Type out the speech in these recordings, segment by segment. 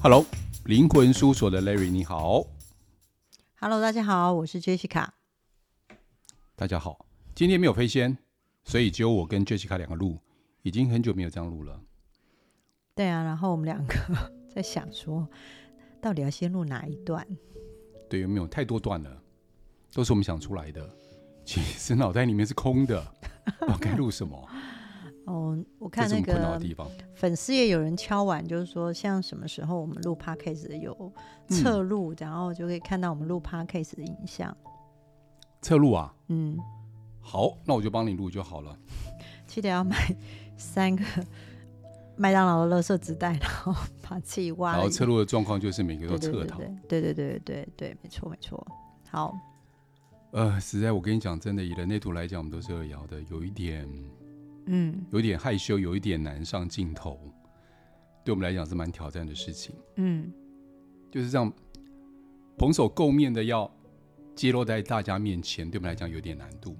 Hello， 灵魂事务所的 Larry， 你好。 Hello， 大家好，我是 Jessica。 大家好，今天没有飞仙，所以只有我跟 Jessica 两个录，已经很久没有这样录了。 对啊，然后我们两个在想说，到底要先录哪一段？ 对，没有太多段了，都是我们想出来的，其实脑袋里面是空的，不知道该录什么。 哦，我看那个粉丝也有人敲碗，就是说像什么时候我们录 podcast 有侧录，然后就可以看到我们录 podcast 的影像。 侧录啊？好，那我就帮你录就好了。 记得要买3个麦当劳的垃圾纸袋，然后把自己挖了。 然后侧录的状况就是每个都侧躺。 对，没错。好。 实在我跟你讲，真的以人类图来讲，我们都是二爻的，有一点害羞，有一点难上镜头，对我们来讲是蛮挑战的事情。就是这样蓬首垢面的要揭露在大家面前，对我们来讲有点难度。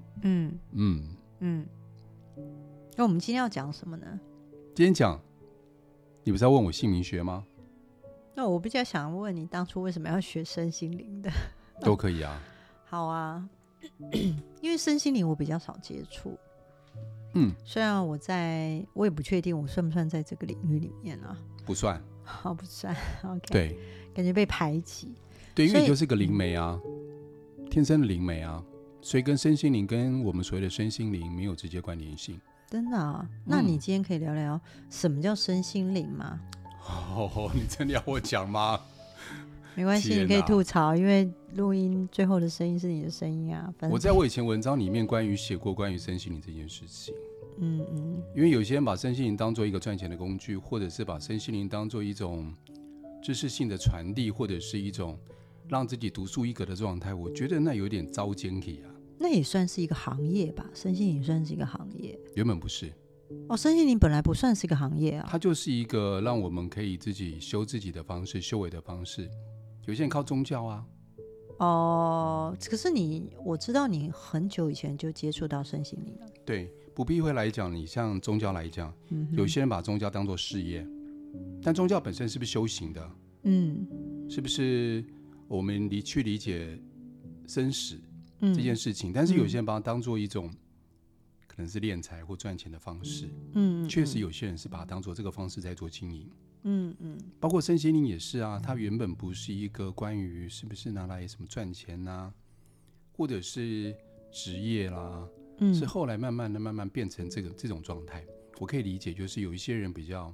那我们今天要讲什么呢？ 今天讲，你不是要问我姓名学吗？ 那我比较想问你，当初为什么要学身心灵的？ 都可以啊。 好啊，因为身心灵我比较少接触。虽然我也不确定我算不算在这个领域里面啊。 不算。 不算。OK。 对， 感觉被排挤。 对，因为你就是个灵媒啊，天生的灵媒啊，所以跟身心灵跟我们所谓的身心灵没有直接关联性。 真的啊？那你今天可以聊聊什么叫身心灵吗？ 你真的要我讲吗？ 没关系，你可以吐槽，因为录音最后的声音是你的声音啊。 我在我以前文章里面写过关于身心灵这件事情。因为有些人把身心灵当做一个赚钱的工具，或者是把身心灵当做一种知识性的传递，或者是一种让自己独树一格的状态，我觉得那有点糟践体啊。 那也算是一个行业吧，身心灵算是一个行业。 原本不是。 身心灵本来不算是一个行业啊。 它就是一个让我们可以自己修自己的方式，修为的方式。有些人靠宗教啊。 可是我知道你很久以前就接触到身心灵了。 对，不避讳来讲，你像宗教来讲，有些人把宗教当作事业，但宗教本身是不是修行的？是不是我们去理解生死这件事情？但是有些人把它当作一种可能是敛财或赚钱的方式。确实有些人是把它当作这个方式在做经营。包括身心灵也是啊，它原本不是一个关于是不是拿来什么赚钱啊，或者是职业啦，是后来慢慢变成这种状态。我可以理解，就是有一些人比较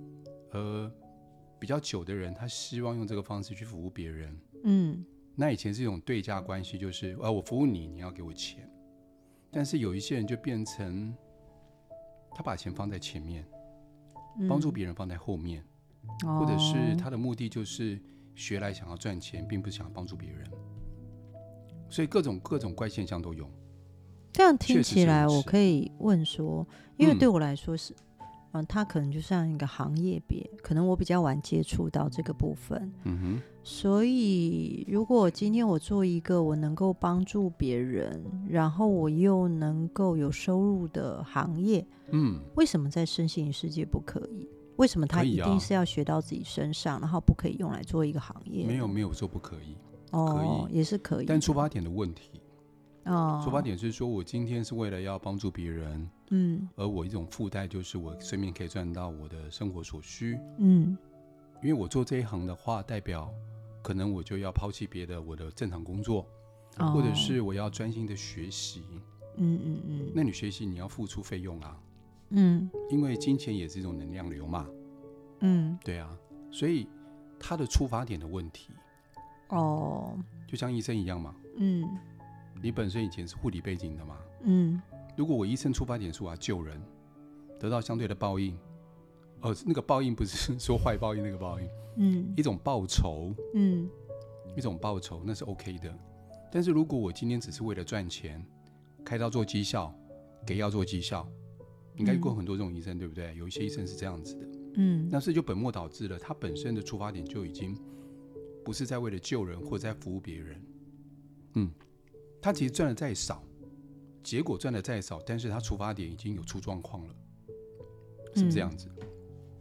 久的人，他希望用这个方式去服务别人。那以前是一种对价关系，就是我服务你，你要给我钱。但是有一些人就变成他把钱放在前面，帮助别人放在后面，或者是他的目的就是学来想要赚钱，并不是想要帮助别人。所以各种怪现象都有。 这样听起来，我可以问说，因为对我来说是，它可能就像一个行业别，可能我比较晚接触到这个部分。所以如果今天我做一个我能够帮助别人，然后我又能够有收入的行业，为什么在身心灵世界不可以？为什么它一定是要学到自己身上，然后不可以用来做一个行业？ 没有说不可以。 可以，也是可以， 但出发点的问题。出发点是说我今天是为了要帮助别人，而我一种附带就是我顺便可以赚到我的生活所需。因为我做这一行的话，代表可能我就要抛弃别的我的正常工作，或者是我要专心的学习。那你学习你要付出费用啊。因为金钱也是一种能量流嘛。对啊，所以他的出发点的问题。就像医生一样嘛。你本身以前是护理背景的嘛。如果我医生出发点是我要救人，得到相对的报应，那个报应不是说坏报应那个报应，一种报酬，一种报酬那是 OK 的。但是如果我今天只是为了赚钱，开刀做绩效，给药做绩效，应该遇过很多这种医生，对不对？有一些医生是这样子的。那是就本末倒置了，他本身的出发点就已经不是在为了救人或者在服务别人。他其实赚的再少，结果赚的再少，但是他出发点已经有出状况了，是不是这样子？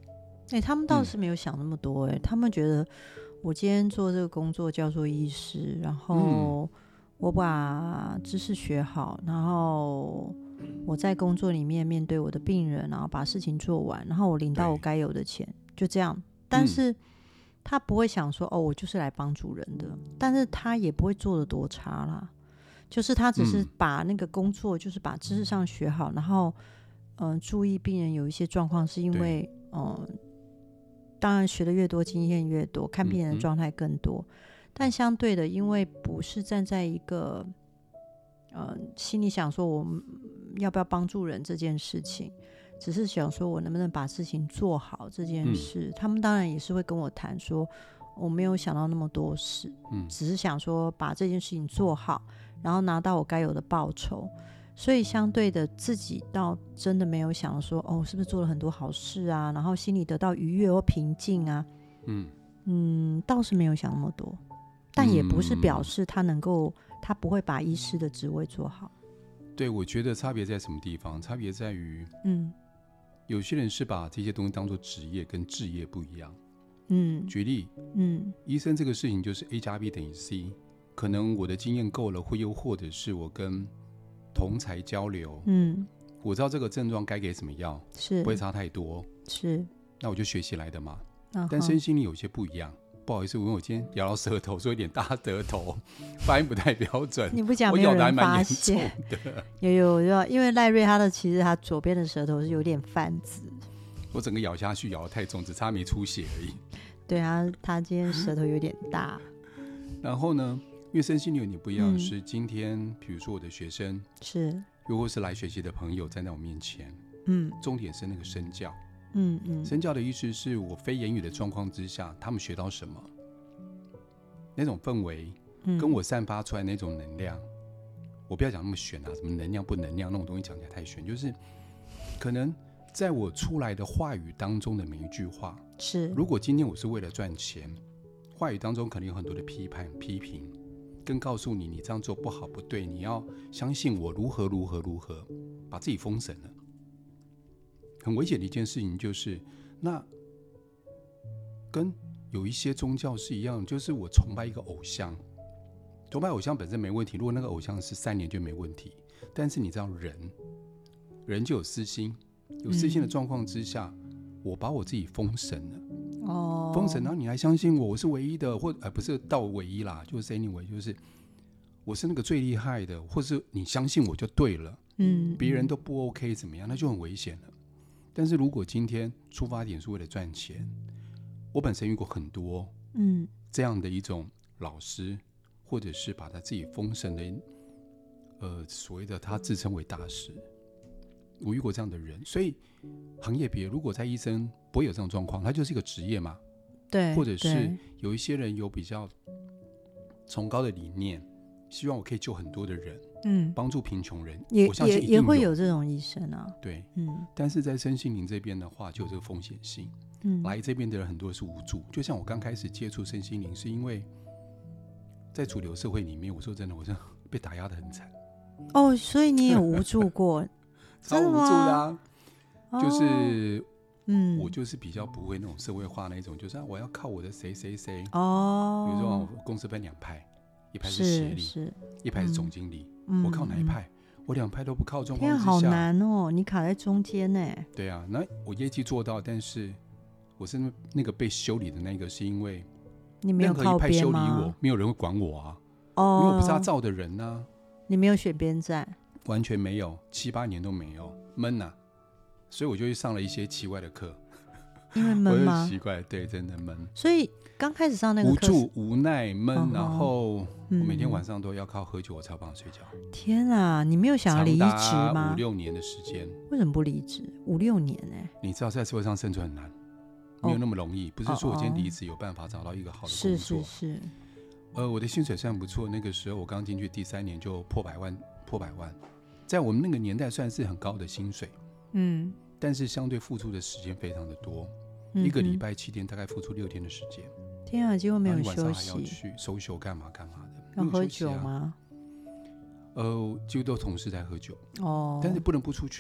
他们倒是没有想那么多。他们觉得我今天做这个工作叫做医师，然后我把知识学好，然后我在工作里面面对我的病人，然后把事情做完，然后我领到我该有的钱，就这样。但是他不会想说我就是来帮助人的，但是他也不会做得多差啦，就是他只是把那个工作就是把知识上学好，然后注意病人有一些状况，是因为当然学的越多经验越多，看病人的状态更多，但相对的因为不是站在一个心里想说我们要不要帮助人这件事情，只是想说我能不能把事情做好这件事，他们当然也是会跟我谈说我没有想到那么多事，只是想说把这件事情做好，然后拿到我该有的报酬，所以相对的自己倒真的没有想说是不是做了很多好事啊，然后心里得到愉悦或平静啊，倒是没有想那么多，但也不是表示他不会把医师的职位做好。 对，我觉得差别在什么地方？差别在于有些人是把这些东西当作职业，跟志业不一样。举例，医生这个事情就是 A+B 等于 C， 可能我的经验够了，又或者是我跟同侪交流，我知道这个症状该给什么药， 是不会差太多， 是， 那我就学习来的嘛。但身心灵有些不一样，不好意思，因为我今天咬到舌头，所以有点大舌头，发音不太标准。 你不讲没有人发现。有，因为赖瑞其实他左边的舌头是有点泛紫， 我整个咬下去咬得太重，只差没出血而已。 对啊，他今天舌头有点大。 然后呢，因为身心灵有点不一样，是今天比如说我的学生是， 又或是来学习的朋友站在我面前，重点是那个身教。身教的意思是我非言语的状况之下，他们学到什么，那种氛围，跟我散发出来那种能量，我不要讲那么玄啊，什么能量不能量那种东西讲起来太玄，就是可能在我出来的话语当中的每一句话， 是， 如果今天我是为了赚钱，话语当中可能有很多的批判、批评，跟告诉你这样做不好不对，你要相信我如何如何如何，把自己封神了。很危险的一件事情就是，那跟有一些宗教是一样，就是我崇拜一个偶像，崇拜偶像本身没问题，如果那个偶像是3年就没问题。但是你知道人就有私心，有私心的状况之下，我把我自己封神了。封神，然后你还相信我是唯一的，或不是到唯一啦，就是 anyway， 就是我是那个最厉害的，或是你相信我就对了，别人都不 OK 怎么样，那就很危险了。但是如果今天出发点是为了赚钱，我本身遇过很多这样的一种老师，或者是把他自己封神的所谓的他自称为大师，我遇过这样的人。所以行业别如果在医生不会有这种状况，他就是一个职业嘛， 对， 或者是有一些人有比较崇高的理念，希望我可以救很多的人，帮助贫穷人，我相信也会有这种医生啊。 对，但是在身心灵这边的话，就有这个风险性。来这边的人很多是无助，就像我刚开始接触身心灵，是因为在主流社会里面，我说真的，我真的被打压得很惨。 所以你也无助过？ 超无助的啊！就是我就是比较不会那种社会化那种，就是我要靠我的谁谁谁。比如说我公司分2派，一派是协理，一派是总经理，我靠哪一派？我2派都不靠，状况之下好难哦，你卡在中间呢。 对啊，那我业绩做到，但是我是那个被修理的那个，是因为你没有靠边吗？任何一派修理我，没有人会管我啊。因为我不是他造的人啊。 你没有选边站？ 完全没有，7、8年都没有，闷啊。所以我就去上了一些奇怪的课。 因为闷吗？ 我就奇怪，对，真的闷。 所以刚开始上那个课， 无助、无奈、闷，然后我每天晚上都要靠喝酒，我才有办法睡觉。 天啊，你没有想要离职吗？ 长达5、6年的时间。 为什么不离职？5、6年你知道在社会上生存很难，没有那么容易。不是说我今天离职有办法找到一个好的工作。 是。 我的薪水算不错，那个时候我刚进去第3年就破百万，在我们那个年代算是很高的薪水。但是相对付出的时间非常的多，一个礼拜7天，大概付出6天的时间。 天啊，几乎没有休息。 晚上还要去收休干嘛的。 要喝酒吗？ 几乎都同事在喝酒。但是不能不出去啊。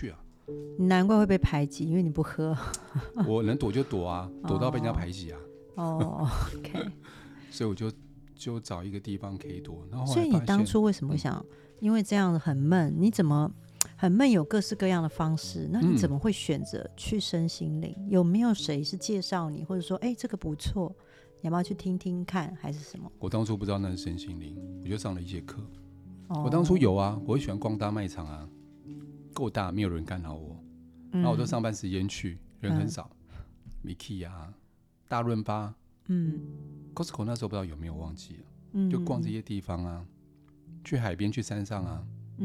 你难怪会被排挤，因为你不喝。 我能躲就躲啊，躲到被人家排挤啊。 OK。 所以我就找一个地方可以躲。然后所以你当初为什么想？因为这样很闷，你怎么很闷？有各式各样的方式，那你怎么会选择去身心灵？有没有谁是介绍你，或者说，这个不错，你要不要去听听看，还是什么？ 我当初不知道那是身心灵，我就上了一些课。我当初有啊，我很喜欢逛大卖场啊，够大，没有人干扰我。然后我都上班时间去，人很少。Mickey 啊，大润发，Costco 那时候不知道有没有忘记了，就逛这些地方啊，去海边，去山上啊，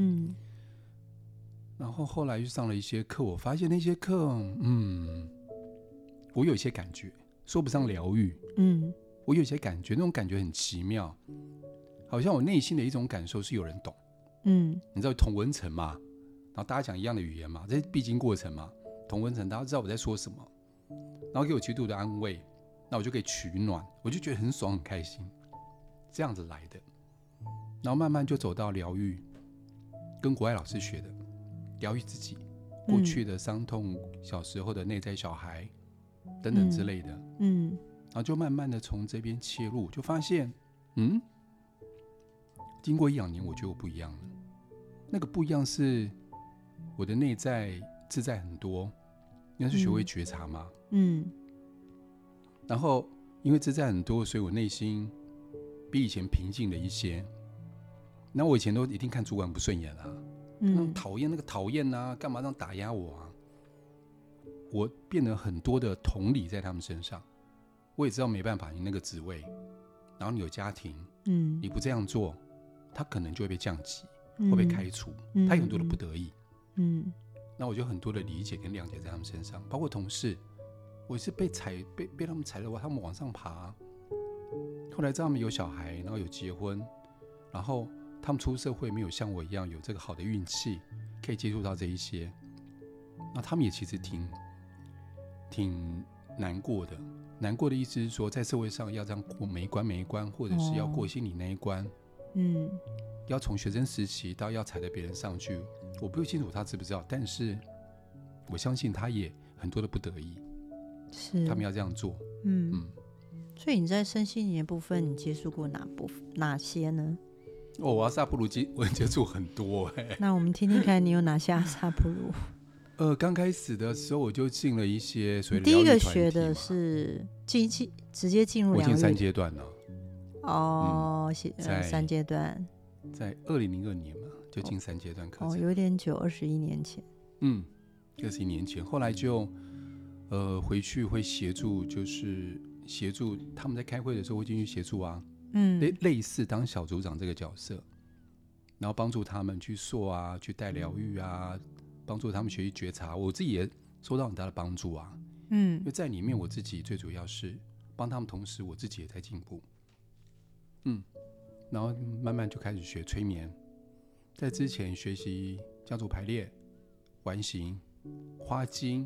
然后后来就上了一些课，我发现那些课，我有一些感觉，说不上疗愈，我有一些感觉，那种感觉很奇妙，好像我内心的一种感受是有人懂，你知道同温层嘛，然后大家讲一样的语言嘛，这是必经过程嘛，同温层大家知道我在说什么，然后给我极度的安慰，那我就可以取暖，我就觉得很爽很开心，这样子来的，然后慢慢就走到疗愈，跟国外老师学的疗愈自己过去的伤痛，小时候的内在小孩等等之类的，然后就慢慢的从这边切入，就发现经过1-2年我觉得我不一样了，那个不一样是我的内在自在很多，应该是学会觉察嘛，然后因为自在很多，所以我内心比以前平静了一些。那我以前都一定看主管不顺眼啊，讨厌那个讨厌啊，干嘛这样打压我啊？我变得很多的同理在他们身上，我也知道没办法，你那个职位，然后你有家庭，你不这样做，他可能就会被降级，会被开除，他有很多的不得已，那我就很多的理解跟谅解在他们身上，包括同事，我是被他们踩了，他们往上爬，后来知道他们有小孩，然后有结婚，然后他们出社会没有像我一样有这个好的运气，可以接触到这一些，那他们也其实挺难过的。难过的意思是说，在社会上要这样过每一关，或者是要过心理那一关，要从学生时期到要踩着别人上去，我不清楚他知不知道，但是我相信他也很多的不得已，是他们要这样做。 所以你在身心灵的部分，你接触过哪些呢？ 阿萨布鲁我接触很多那我们听听看，你有哪些阿萨布鲁？ 刚开始的时候我就进了一些所谓的第一个学的是直接进入疗愈， 我进3阶段了。 3阶段， 在2002年嘛，就进3阶段课程。 有点久，21年前。 21年前，后来就回去会协助，就是协助他们在开会的时候会进去协助啊，类似当小组长这个角色，然后帮助他们去做啊，去带疗愈啊，帮助他们学习觉察。我自己也收到很大的帮助啊，因为在里面我自己最主要是帮他们，同时我自己也在进步，然后慢慢就开始学催眠，在之前学习家族排列、完形、花精，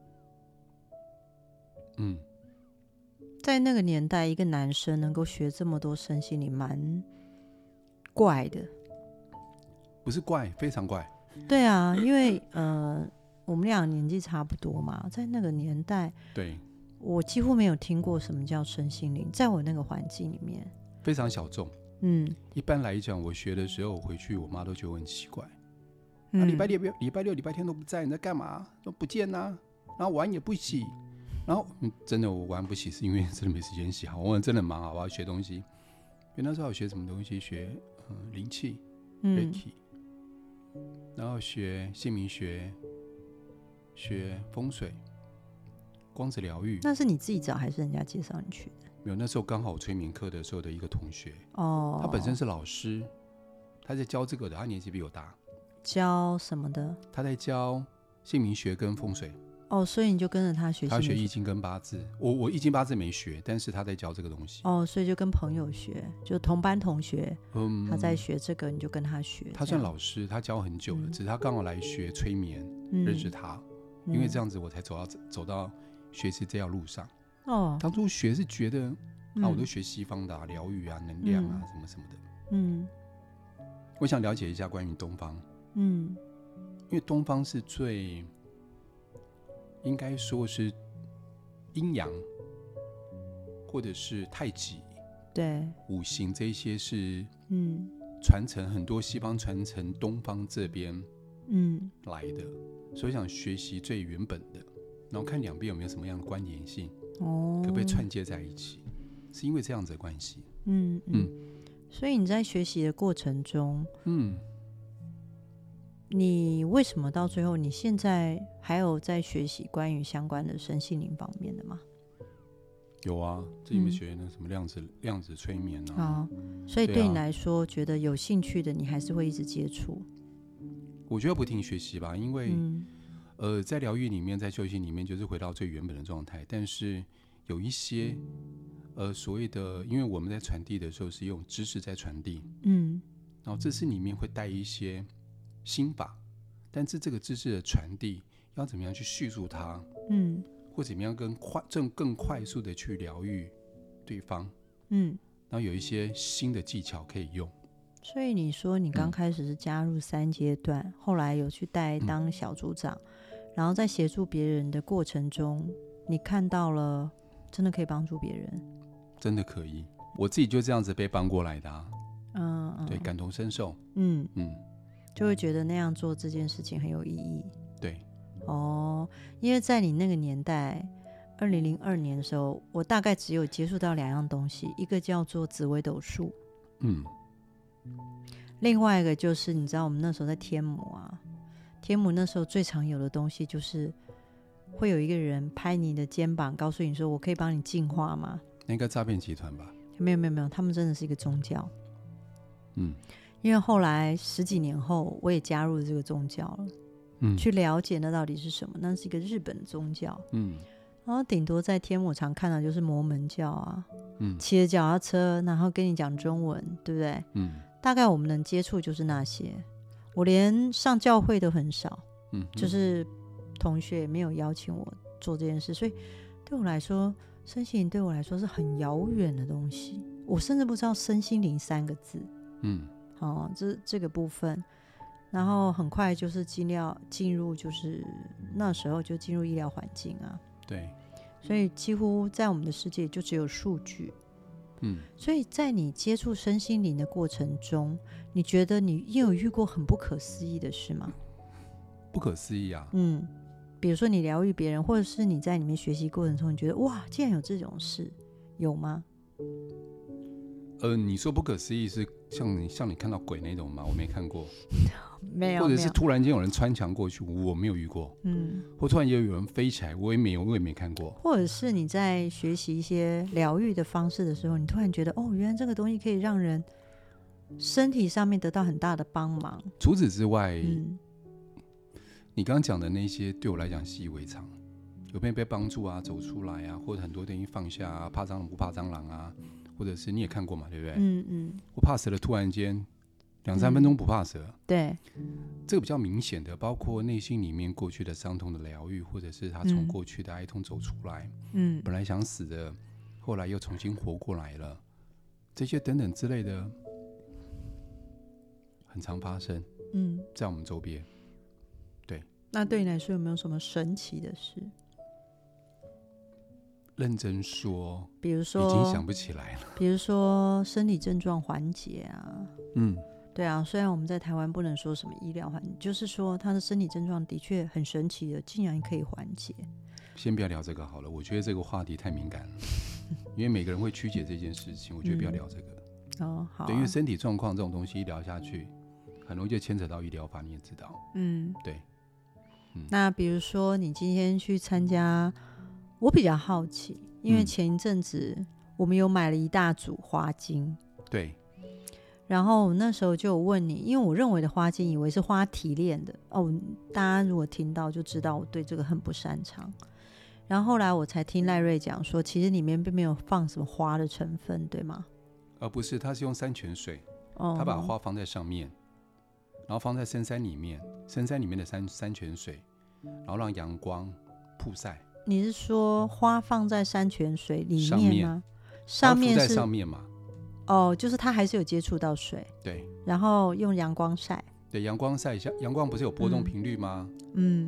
在那个年代，一个男生能够学这么多身心灵，蛮怪的。 不是怪，非常怪。 对啊，因为我们俩年纪差不多嘛，在那个年代， 对， 我几乎没有听过什么叫身心灵，在我那个环境里面非常小众。一般来讲，我学的时候回去，我妈都觉得我很奇怪。礼拜六、礼拜天都不在，你在干嘛？都不见啊，然后碗也不洗，然后真的我碗不洗是因为真的没时间洗，好，我真的忙，我要学东西。因为那时候我学什么东西？学灵气、Reiki，然后学姓名学、学风水、光子疗愈。 那是你自己找还是人家介绍你去的？ 没有，那时候刚好催眠课的时候的一个同学，他本身是老师，他在教这个的，他年纪比我大。 教什么的？ 他在教姓名学跟风水。 所以你就跟着他学。 他学易经跟八字，我易经八字没学，但是他在教这个东西。 所以就跟朋友学，就同班同学，他在学这个，你就跟他学。 他算老师，他教很久了，只是他刚好来学催眠，认识他，因为这样子我才走到学习这条路上。当初学是觉得我都学西方的疗愈啊、能量啊什么什么的。我想了解一下关于东方，因为东方是最应该说是阴阳，或者是太极， 对， 五行这些是传承很多西方传承东方这边来的，所以想学习最原本的，然后看两边有没有什么样的关联性，可不可以串接在一起，是因为这样子的关系。 所以你在学习的过程中，你为什么到最后你现在还有在学习关于相关的身心灵方面的吗？ 有啊，这里面学那什么量子催眠啊。 所以对你来说，觉得有兴趣的你还是会一直接触？ 我觉得不停学习吧，因为在疗愈里面，在修行里面就是回到最原本的状态，但是有一些所谓的，因为我们在传递的时候是用知识在传递，然后知识里面会带一些心法，但是这个知识的传递要怎么样去叙述它，或怎么样更快速的去疗愈对方，然后有一些新的技巧可以用。 所以你说你刚开始是加入3阶段，后来有去当小组长，然后在协助别人的过程中，你看到了真的可以帮助别人， 真的可以，我自己就这样子被帮过来的对，感同身受， 就会觉得那样做这件事情很有意义。 对， 因为在你那个年代2002年的时候，我大概只有接触到2样东西，一个叫做紫微斗数，另外一个就是你知道我们那时候在天母那时候最常有的东西就是会有一个人拍你的肩膀，告诉你说我可以帮你净化吗？ 那个诈骗集团吧？ 没有，他们真的是一个宗教。因为后来10几年后我也加入了这个宗教了，去了解那到底是什么。那是一个日本宗教，然后顶多在天母常看到就是摩门教啊，骑着脚踏车然后跟你讲中文，对不对？大概我们能接触就是那些，我连上教会都很少，就是同学也没有邀请我做这件事，所以对我来说身心灵对我来说是很遥远的东西，我甚至不知道身心灵3个字。这个部分，然后很快就是进入就是那时候就进入医疗环境啊， 对， 所以几乎在我们的世界就只有数据。所以在你接触身心灵的过程中，你觉得你有遇过很不可思议的事吗？ 不可思议啊。 比如说你疗愈别人，或者是你在里面学习过程中，你觉得哇，竟然有这种事，有吗？ 你说不可思议是像你看到鬼那种吗？我没看过。 没有。 或者是突然间有人穿墙过去，我没有遇过。或突然间有人飞起来，我也没看过。 或者是你在学习一些疗愈的方式的时候，你突然觉得原来这个东西可以让人身体上面得到很大的帮忙。 除此之外，你刚刚讲的那些对我来讲习以为常，有没有被帮助啊，走出来啊，或者很多东西放下啊，怕蟑螂不怕蟑螂啊，或者是你也看过嘛，对不对？我怕蛇的突然间2-3分钟不怕蛇， 对， 这个比较明显的，包括内心里面过去的伤痛的疗愈，或者是他从过去的哀痛走出来，本来想死的，后来又重新活过来了，这些等等之类的，很常发生，在我们周边。对， 那对你来说有没有什么神奇的事？ 认真说， 比如说已经想不起来了。 比如说身体症状缓解啊，对啊，虽然我们在台湾不能说什么医疗缓解，就是说他的身体症状的确很神奇的，竟然可以缓解。 先不要聊这个好了，我觉得这个话题太敏感了，因为每个人会曲解这件事情，我觉得不要聊这个。 好啊。 对，因为身体状况这种东西一聊下去，很容易就牵扯到医疗法，你也知道。对。 那比如说你今天去参加，我比较好奇，因为前一阵子我们有买了一大组花精， 对， 然后那时候就有问你，因为我认为的花精以为是花提炼的大家如果听到就知道我对这个很不擅长，然后后来我才听赖瑞讲说，其实里面并没有放什么花的成分，对吗？ 不是，他是用山泉水，他把花放在上面，然后放在深山里面，深山里面的山泉水，然后让阳光曝晒。 你是说花放在山泉水里面吗？上面是在上面嘛？ 就是它还是有接触到水， 对， 然后用阳光晒。 对，阳光晒一下，阳光不是有波动频率吗？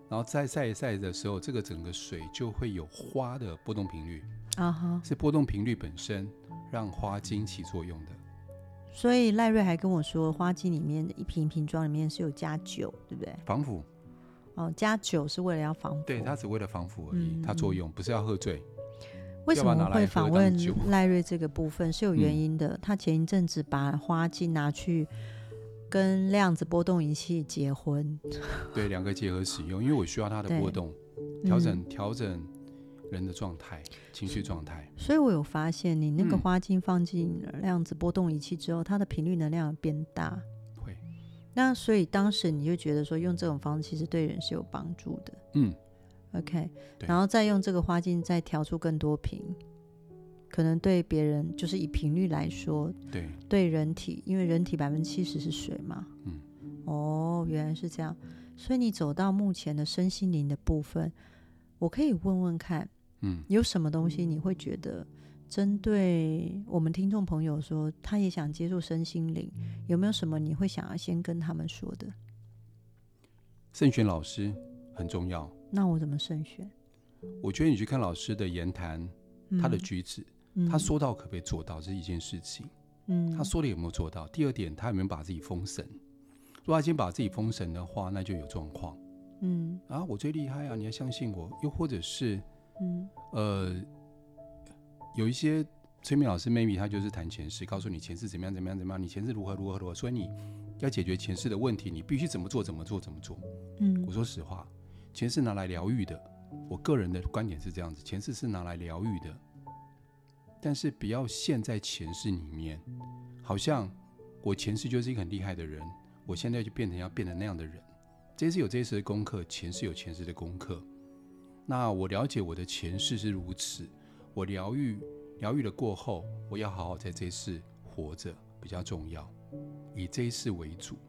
然后再晒一晒的时候，这个整个水就会有花的波动频率是波动频率本身让花精起作用的。 所以赖瑞还跟我说，花精里面一瓶瓶装里面是有加酒，对不对？ 防腐。 加酒是为了要防腐。 对，它只为了防腐而已，它作用不是要喝醉。 为什么会访问赖瑞这个部分是有原因的。他前一阵子把花精拿去跟量子波动仪器结婚， 对，两个结合使用，因为我需要它的波动，调整人的状态、情绪状态。 所以我有发现，你那个花精放进量子波动仪器之后，它的频率能量变大。 会。 那所以当时你就觉得说，用这种方式其实对人是有帮助的。OK， 然后再用这个花精再调出更多瓶，可能对别人就是以频率来说，对人体，因为人体70%是水嘛。原来是这样。所以你走到目前的身心灵的部分，我可以问问看，有什么东西你会觉得针对我们听众朋友说他也想接触身心灵，有没有什么你会想要先跟他们说的？ 慎选老师很重要。 那我怎么慎选？ 我觉得你去看老师的言谈，他的举止，他说到可不可以做到，这是一件事情。他说的有没有做到？第二点，他有没有把自己封神？如果他今天把自己封神的话，那就有状况。我最厉害啊，你要相信我。又或者是，有一些催眠老师 maybe 他就是谈前世，告诉你前世怎么样怎么样怎么样，你前世如何如何如何，所以你要解决前世的问题，你必须怎么做怎么做怎么做。我说实话，前世拿来疗愈的，我个人的观点是这样子，前世是拿来疗愈的，但是不要陷在前世里面，好像我前世就是一个很厉害的人，我现在就变成那样的人。这一世有这一世的功课，前世有前世的功课。那我了解我的前世是如此，我疗愈了过后，我要好好在这一世活着比较重要，以这一世为主。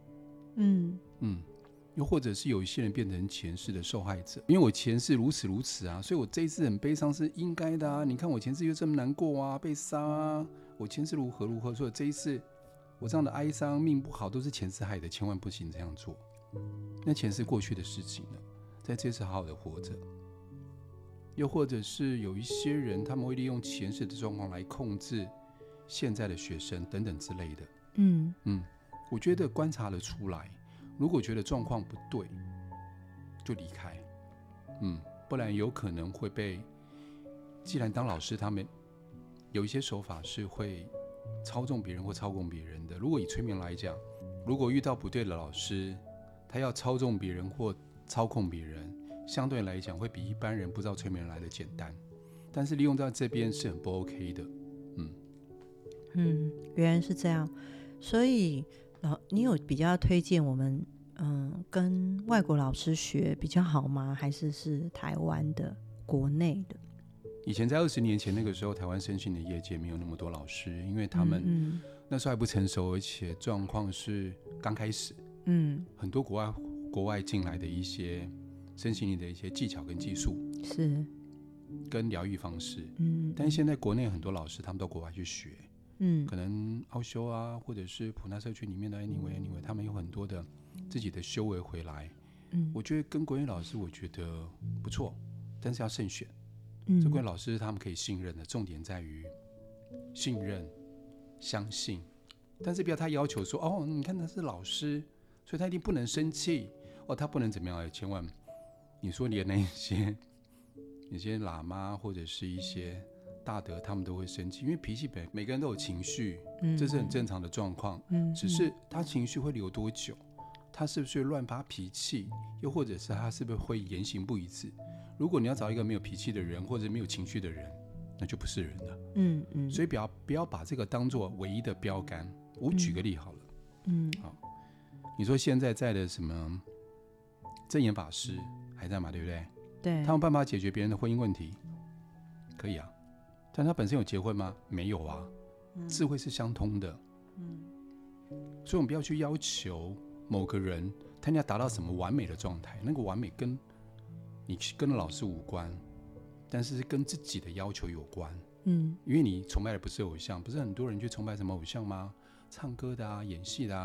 又或者是有一些人变成前世的受害者，因为我前世如此如此啊，所以我这一世很悲伤是应该的啊。你看我前世又这么难过啊，被杀啊，我前世如何如何，所以这一世我这样的哀伤命不好都是前世害的，千万不行这样做。那前世过去的事情了，在这次好好的活着。又或者是有一些人他们会利用前世的状况来控制现在的学生等等之类的。我觉得观察了出来，如果觉得状况不对就离开。不然有可能会被，既然当老师他们有一些手法是会操纵别人或操控别人的。如果以催眠来讲，如果遇到不对的老师，他要操纵别人或操控别人，相对来讲会比一般人不知道催眠来的简单，但是利用在这边是很不 OK 的。 原来是这样。所以你有比较推荐我们跟外国老师学比较好吗？还是台湾的国内的？ 以前在20年前那个时候，台湾身心的业界没有那么多老师，因为他们那时候还不成熟，而且状况是刚开始。很多国外进来的一些身心灵的一些技巧跟技术， 是跟疗愈方式。但是现在国内很多老师他们到国外去学，可能奥修啊，或者是普纳社区里面的 anyway， 他们有很多的自己的修为回来。我觉得跟国内老师我觉得不错，但是要慎选。这国内老师他们可以信任的，重点在于信任、相信，但是不要他要求说你看他是老师，所以他一定不能生气他不能怎么样。千万，你说连那一些喇嘛或者是一些大德他们都会生气，因为脾气每个人都有情绪，这是很正常的状况。只是他情绪会留多久，他是不是乱发脾气，又或者是他是不是会言行不一致。如果你要找一个没有脾气的人或者没有情绪的人，那就不是人了。所以不要把这个当作唯一的标杆。我举个例好了。好，你说现在在的什么证严法师还在嘛，对不对？ 对。 他有办法解决别人的婚姻问题，可以啊。但他本身有结婚吗？没有啊。智慧是相通的。所以我们不要去要求某个人他要达到什么完美的状态，那个完美跟你跟老师无关，但是跟自己的要求有关。因为你崇拜的不是偶像，不是很多人去崇拜什么偶像吗？唱歌的啊，演戏的啊，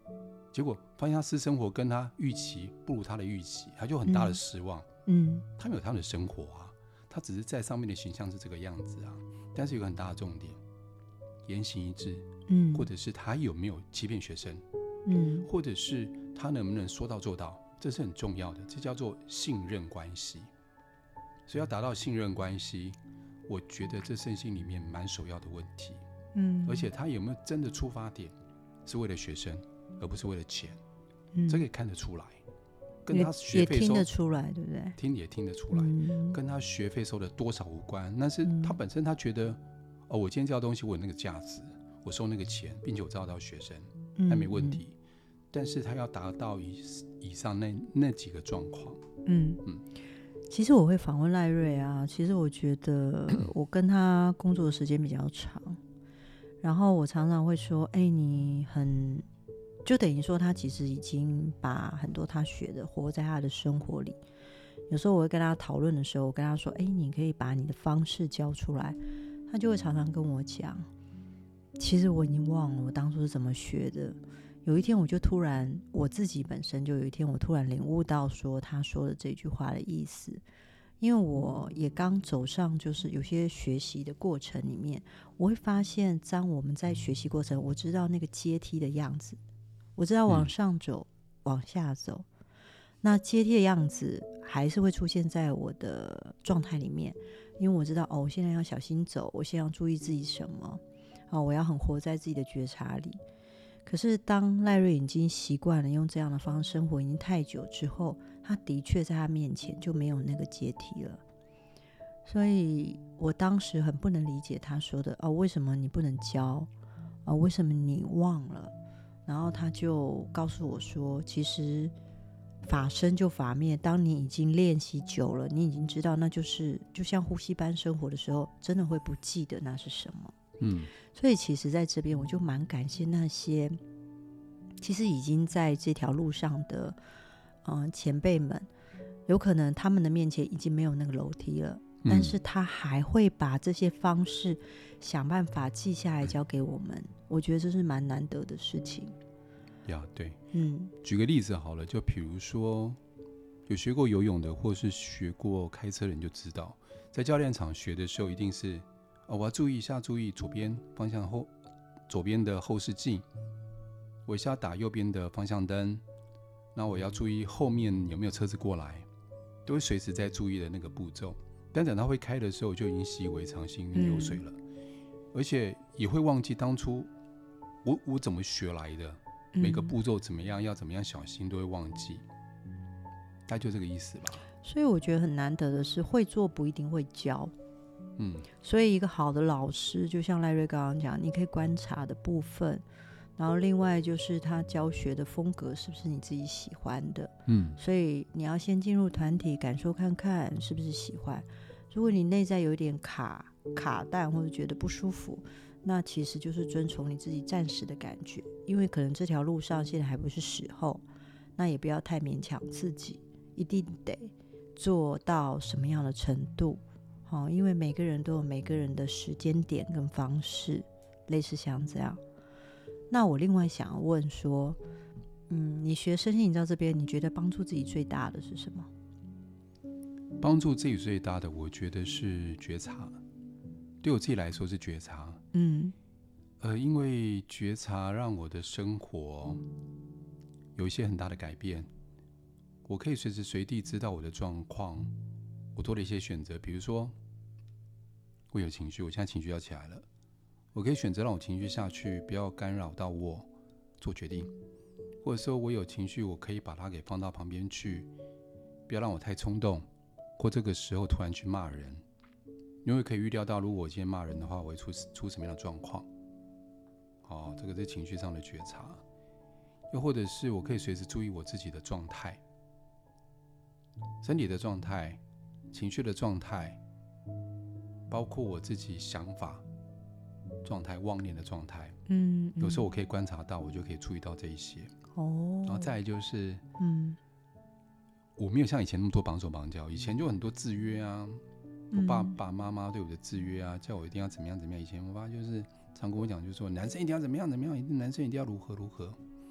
结果发现他私生活跟他预期不如他的预期，他就很大的失望。他没有他的生活啊，他只是在上面的形象是这个样子啊。但是有个很大的重点，言行一致，或者是他有没有欺骗学生，或者是他能不能说到做到，这是很重要的，这叫做信任关系。所以要达到信任关系，我觉得这圣经里面蛮首要的问题。而且他有没有真的出发点是为了学生，而不是为了钱，这个也看得出来，跟他学费收也听得出来，对不对？ 也听得出来，跟他学费收的多少无关。但是他本身他觉得，我今天教的东西我有那个价值，我收那个钱，并且我照到学生，那没问题。但是他要达到以上那几个状况。 其实我会访问赖瑞啊，其实我觉得我跟他工作的时间比较长，然后我常常会说，你就等于说他其实已经把很多他学的活在他的生活里。有时候我会跟他讨论的时候，我跟他说，你可以把你的方式教出来，他就会常常跟我讲，其实我已经忘了我当初是怎么学的。有一天我自己本身就有一天我突然领悟到说他说的这句话的意思。因为我也刚走上就是有些学习的过程里面，我会发现当我们在学习过程，我知道那个阶梯的样子，我知道往上走，往下走，那阶梯的样子还是会出现在我的状态里面。因为我知道我现在要小心走，我现在要注意自己什么，我要很活在自己的觉察里。可是当赖瑞已经习惯了用这样的方式生活已经太久之后，他的确在他面前就没有那个阶梯了。所以我当时很不能理解他说的为什么你不能教为什么你忘了。然后他就告诉我说，其实法生就法灭，当你已经练习久了，你已经知道那就是就像呼吸般生活的时候，真的会不记得那是什么。所以其实在这边我就蛮感谢那些其实已经在这条路上的前辈们，有可能他们的面前已经没有那个楼梯了，但是他还会把这些方式想办法记下来教给我们。我觉得这是蛮难得的事情。 对，举个例子好了，就比如说有学过游泳的或是学过开车的人就知道，在教练场学的时候一定是我要注意一下，注意左边方向左边的后视镜，我一下打右边的方向灯，那我要注意后面有没有车子过来，都会随时在注意的那个步骤。但等到会开的时候，就已经习以为常，行云流水了，而且也会忘记当初我怎么学来的，每个步骤怎么样，要怎么样小心，都会忘记。大概就这个意思吧。 所以我觉得很难得的是，会做不一定会教。所以一个好的老师，就像赖瑞刚刚讲，你可以观察的部分，然后另外就是他教学的风格是不是你自己喜欢的。所以你要先进入团体感受看看是不是喜欢。如果你内在有一点卡蛋或者觉得不舒服，那其实就是遵从你自己暂时的感觉，因为可能这条路上现在还不是时候，那也不要太勉强自己一定得做到什么样的程度。因为每个人都有每个人的时间点跟方式，类似像这样。那我另外想要问说，你学身心灵到这边，你觉得帮助自己最大的是什么？ 帮助自己最大的，我觉得是觉察。对我自己来说是觉察。因为觉察让我的生活有一些很大的改变，我可以随时随地知道我的状况，我多了一些选择。比如说我有情绪，我现在情绪要起来了，我可以选择让我情绪下去，不要干扰到我做决定。或者说我有情绪，我可以把它给放到旁边去，不要让我太冲动，或这个时候突然去骂人，因为可以预料到如果我今天骂人的话，我会出什么样的状况。这个是情绪上的觉察。又或者是我可以随时注意我自己的状态，身体的状态，情绪的状态，包括我自己想法状态、妄念的状态。有时候我可以观察到，我就可以注意到这一些。然后再来就是，我没有像以前那么多绑手绑脚，以前就很多制约啊，我爸爸妈妈对我的制约啊，叫我一定要怎么样怎么样。以前我爸就是常跟我讲，就是说男生一定要怎么样怎么样，男生一定要如何如何。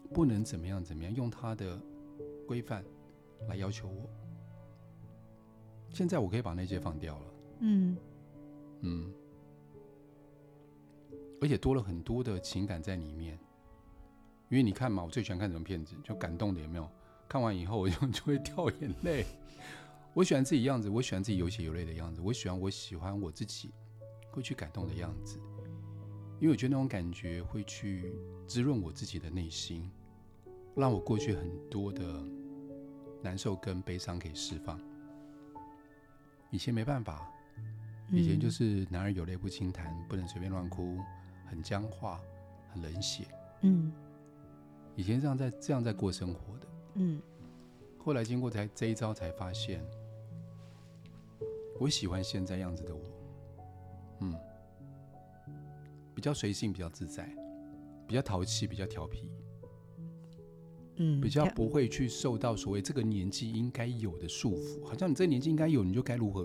不能怎么样怎么样，用他的规范来要求我。现在我可以把那些放掉了，而且多了很多的情感在里面。因为你看嘛，我最喜欢看这种片子，就感动的，有没有？看完以后我就会掉眼泪。我喜欢自己样子，我喜欢自己有血有泪的样子，我喜欢我自己会去感动的样子，因为我觉得那种感觉会去滋润我自己的内心，让我过去很多的难受跟悲伤可以释放。以前没办法，以前就是男儿有泪不轻弹，不能随便乱哭，很僵化，很冷血。以前这样在过生活的。后来经过这一招才发现，我喜欢现在样子的我。比较随性，比较自在，比较淘气，比较调皮。比较不会去受到所谓这个年纪应该有的束缚，好像你这个年纪应该有，你就该如何。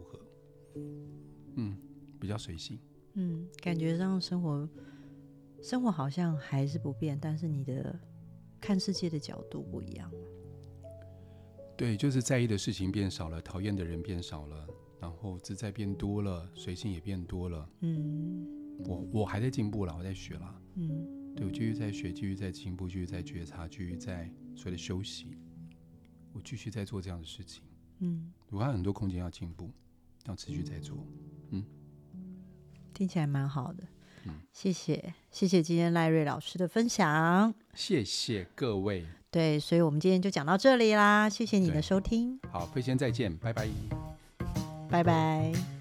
比较随性。 感觉上生活好像还是不变，但是你的看世界的角度不一样。 对，就是在意的事情变少了，讨厌的人变少了，然后自在变多了，随性也变多了。我还在进步啦，我在学啦。对，我继续在学，继续在进步，继续在觉察，继续在所谓的休息。我继续在做这样的事情。我还有很多空间要进步，要持续在做。 听起来蛮好的。谢谢今天赖瑞老师的分享。 谢谢各位。 对，所以我们今天就讲到这里啦，谢谢你的收听。 好，飞仙再见，拜拜。 拜拜。